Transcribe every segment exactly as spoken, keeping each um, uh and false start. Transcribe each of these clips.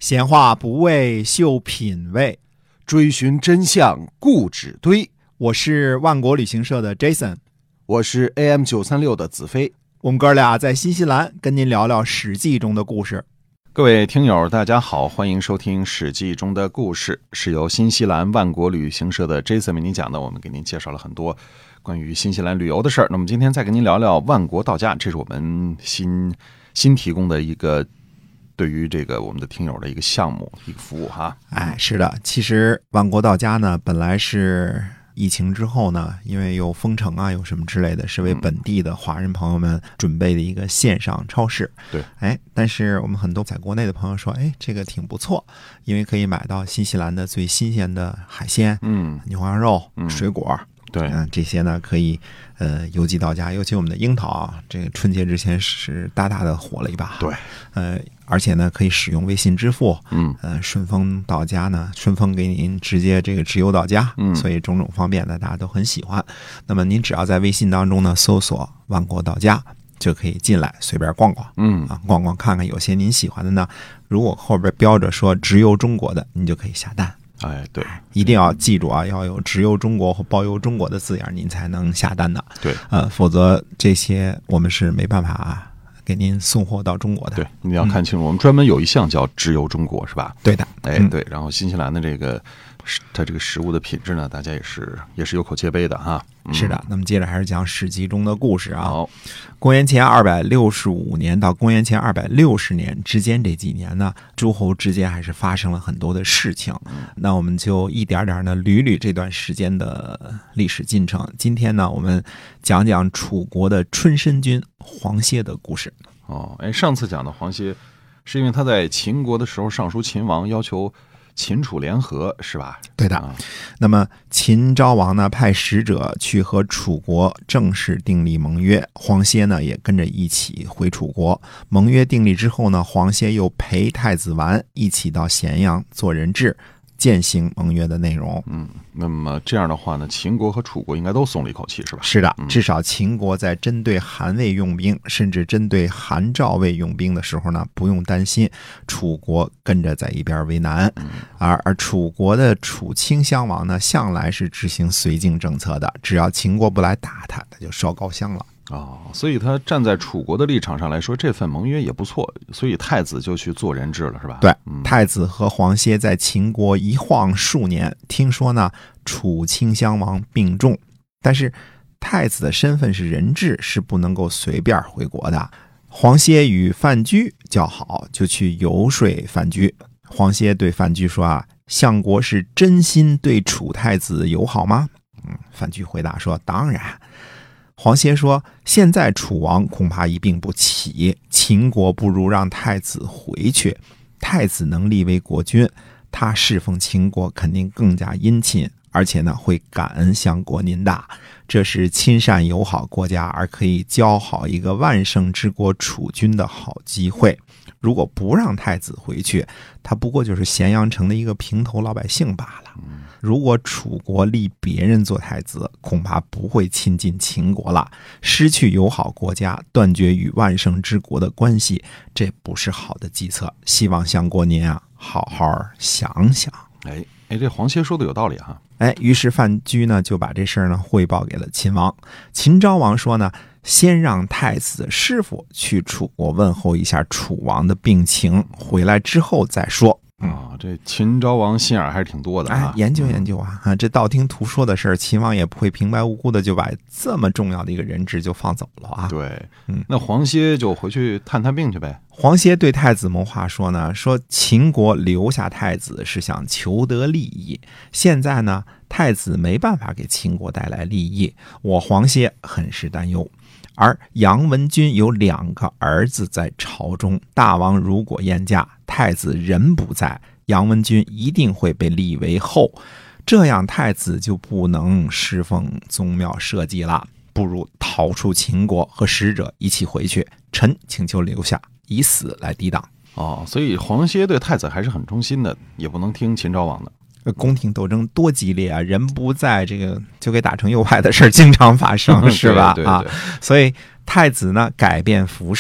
闲话不为秀品味， 追寻真相固执堆。 我是万国旅行社的 Jason， 我是 A M 九三六 的子飞。 我们哥俩在新西兰跟您聊聊史记中的故事。 各位听友大家好，欢迎收听史记中的故事，是由新西兰万国旅行社的 Jason 为您讲的。我们给您介绍了很多关于新西兰旅游的事儿，那么今天再跟您聊聊万国到家，这是我们新新提供的一个对于这个我们的听友的一个项目，一个服务哈。 哎，是的，其实万国到家呢，本来是疫情之后呢，因为有封城啊，有什么之类的，是为本地的华人朋友们准备的一个线上超市。 对， 哎，但是我们很多在国内的朋友说，哎，这个挺不错，因为可以买到新西兰的最新鲜的海鲜， 嗯， 牛羊肉、 嗯、 水果。 对， 嗯，这些呢可以呃邮寄到家，尤其我们的樱桃啊，这个春节之前是大大的火了一把。 对， 呃，而且呢可以使用微信支付， 嗯， 呃，顺丰到家呢，顺丰给您直接这个直邮到家， 嗯， 所以种种方便呢大家都很喜欢。那么您只要在微信当中呢搜索“万国到家”，就可以进来随便逛逛， 嗯啊，逛逛看看有些您喜欢的呢，如果后边标着说直邮中国的，您就可以下单。 哎，对， 一定要记住啊，要有直邮中国或包邮中国的字眼，您才能下单的。 对， 呃，否则这些我们是没办法给您送货到中国的。 对，你要看清楚，嗯、我们专门有一项叫直邮中国，是吧？ 对的， 哎，对，然后新西兰的这个它这个食物的品质呢，大家也是也是有口皆碑的哈。嗯、 是的，那么接着还是讲史记中的故事啊。 好， 公元前二百六十五年到公元前二百六十年之间这几年呢，诸侯之间还是发生了很多的事情。那我们就一点点的捋捋这段时间的历史进程。今天呢，我们讲讲楚国的春申君黄歇的故事。 哦，哎，上次讲的黄歇是因为他在秦国的时候上书秦王，要求秦楚联合，是吧？ 对的。那么秦昭王呢派使者去和楚国正式订立盟约，黄歇呢也跟着一起回楚国。盟约订立之后呢，黄歇又陪太子完一起到咸阳做人质，践行盟约的内容。 嗯，那么这样的话呢，秦国和楚国应该都松了一口气，是吧？ 是的，至少秦国在针对韩魏用兵，甚至针对韩赵魏用兵的时候呢，不用担心楚国跟着在一边为难。而而楚国的楚顷襄王呢，向来是执行绥靖政策的，只要秦国不来打他，他就烧高香了。 哦，所以他站在楚国的立场上来说，这份盟约也不错，所以太子就去做人质了，是吧？ 对， 嗯、 太子和黄歇在秦国一晃数年，听说呢楚顷襄王病重，但是太子的身份是人质，是不能够随便回国的。黄歇与范雎交好，就去游说范雎。黄歇对范雎说啊，相国是真心对楚太子友好吗？嗯，范雎回答说，当然。黄歇说，现在楚王恐怕一病不起，秦国不如让太子回去，太子能立为国君，他侍奉秦国肯定更加殷勤，而且呢会感恩相国您大，这是亲善友好国家而可以交好一个万圣之国楚君的好机会。如果不让太子回去，他不过就是咸阳城的一个平头老百姓罢了。如果楚国立别人做太子，恐怕不会亲近秦国了，失去友好国家，断绝与万圣之国的关系，这不是好的计策。希望相国您啊，好好想想。 哎哎，这黄歇说的有道理哈。 哎，于是范雎呢就把这事儿呢汇报给了秦王。秦昭王说呢，先让太子的师傅去楚国问候一下楚王的病情，回来之后再说。 啊、哦，这秦昭王心眼还是挺多的啊！ 哎，研究研究啊！啊，这道听途说的事儿，秦王也不会平白无故的就把这么重要的一个人质就放走了啊！ 对，嗯，那黄歇就回去探探病去呗。 黄歇对太子谋划说呢，说秦国留下太子是想求得利益，现在呢，太子没办法给秦国带来利益，我黄歇很是担忧。而杨文君有两个儿子在朝中，大王如果宴驾，太子人不在，杨文君一定会被立为后，这样太子就不能侍奉宗庙社稷了，不如逃出秦国，和使者一起回去。臣请求留下，以死来抵挡。 哦，所以黄歇对太子还是很忠心的，也不能听秦昭王的。 宫廷斗争多激烈啊！人不在，这个就给打成右派的事儿经常发生，是吧？ 对对对啊，所以太子呢改变服饰，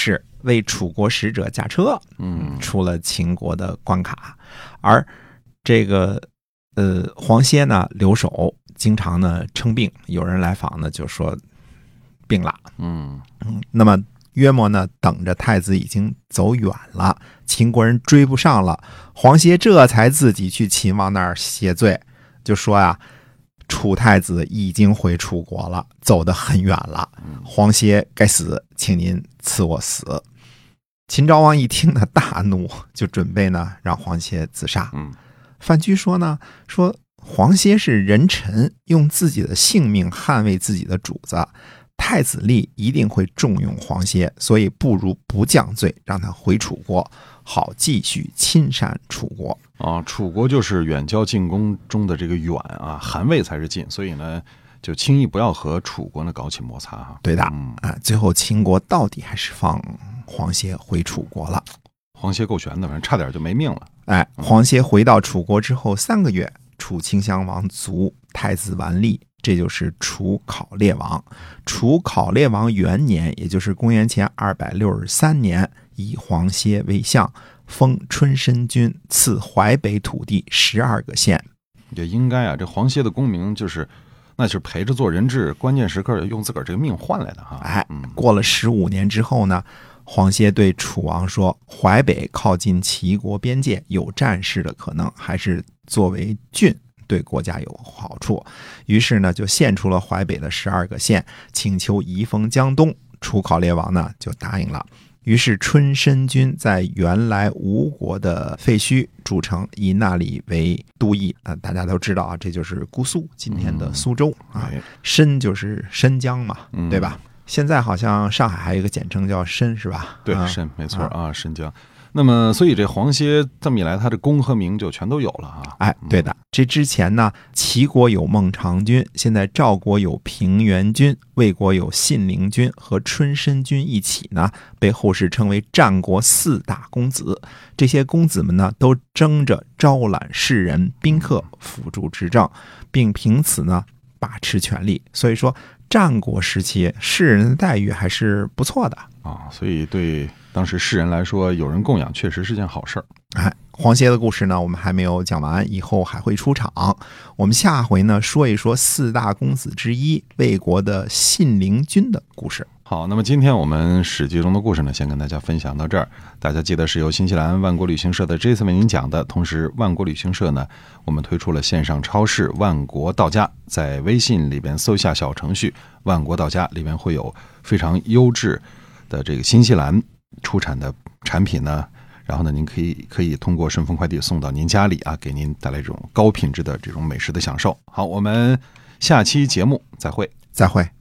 为楚国使者驾车， 嗯， 出了秦国的关卡。而这个呃黄歇呢留守，经常呢称病，有人来访呢就说病了。 嗯嗯，那么约莫呢等着太子已经走远了，秦国人追不上了，黄歇这才自己去秦王那儿谢罪，就说呀、啊，楚太子已经回楚国了，走得很远了，黄歇该死，请您赐我死。秦昭王一听呢大怒，就准备呢让黄歇自杀。 嗯， 范雎说呢，说黄歇是人臣，用自己的性命捍卫自己的主子，太子立一定会重用黄歇，所以不如不降罪，让他回楚国，好继续亲善楚国。 啊，楚国就是远交近攻中的这个远啊，韩魏才是近，所以呢，就轻易不要和楚国呢搞起摩擦哈。 对的， 嗯啊，最后秦国到底还是放黄歇回楚国了。 黄歇够悬的，反正差点就没命了。 哎，黄歇回到楚国之后三个月，楚顷襄王卒，太子完立，这就是楚考烈王。楚考烈王元年，也就是公元前二百六十三年，以黄歇为相，封春申君，赐淮北土地十二个县。 也应该啊，这黄歇的功名就是，那就是陪着做人质，关键时刻用自个儿这个命换来的哈。 哎，过了十五年之后呢，黄歇对楚王说：“淮北靠近齐国边界，有战事的可能，还是作为郡对国家有好处。”于是呢，就献出了淮北的十二个县，请求移封江东。楚考烈王呢就答应了。于是春申君在原来吴国的废墟筑城，以那里为都邑啊，大家都知道啊，这就是姑苏，今天的苏州啊。申就是申江嘛，对吧？现在好像上海还有一个简称叫申，是吧？ 对，申没错啊，申江。那么，所以这黄歇这么一来，他的功和名就全都有了啊。 哎，对的。这之前呢，齐国有孟尝君，现在赵国有平原君，魏国有信陵君和春申君一起呢，被后世称为战国四大公子。这些公子们呢，都争着招揽士人、宾客辅助执政，并凭此呢把持权力。所以说，战国时期士人的待遇还是不错的啊。所以对当时士人来说，有人供养确实是件好事儿。 哎，黄歇的故事呢，我们还没有讲完，以后还会出场。我们下回呢说一说四大公子之一魏国的信陵君的故事。 好，那么今天我们史记中的故事呢，先跟大家分享到这儿。大家记得是由新西兰万国旅行社的 Jason 为您讲的，同时万国旅行社呢，我们推出了线上超市万国到家，在微信里边搜一下小程序万国到家，里边会有非常优质的这个新西兰出产的产品呢，然后呢，您可以可以通过顺丰快递送到您家里啊，给您带来这种高品质的这种美食的享受。好，我们下期节目再会， 再会。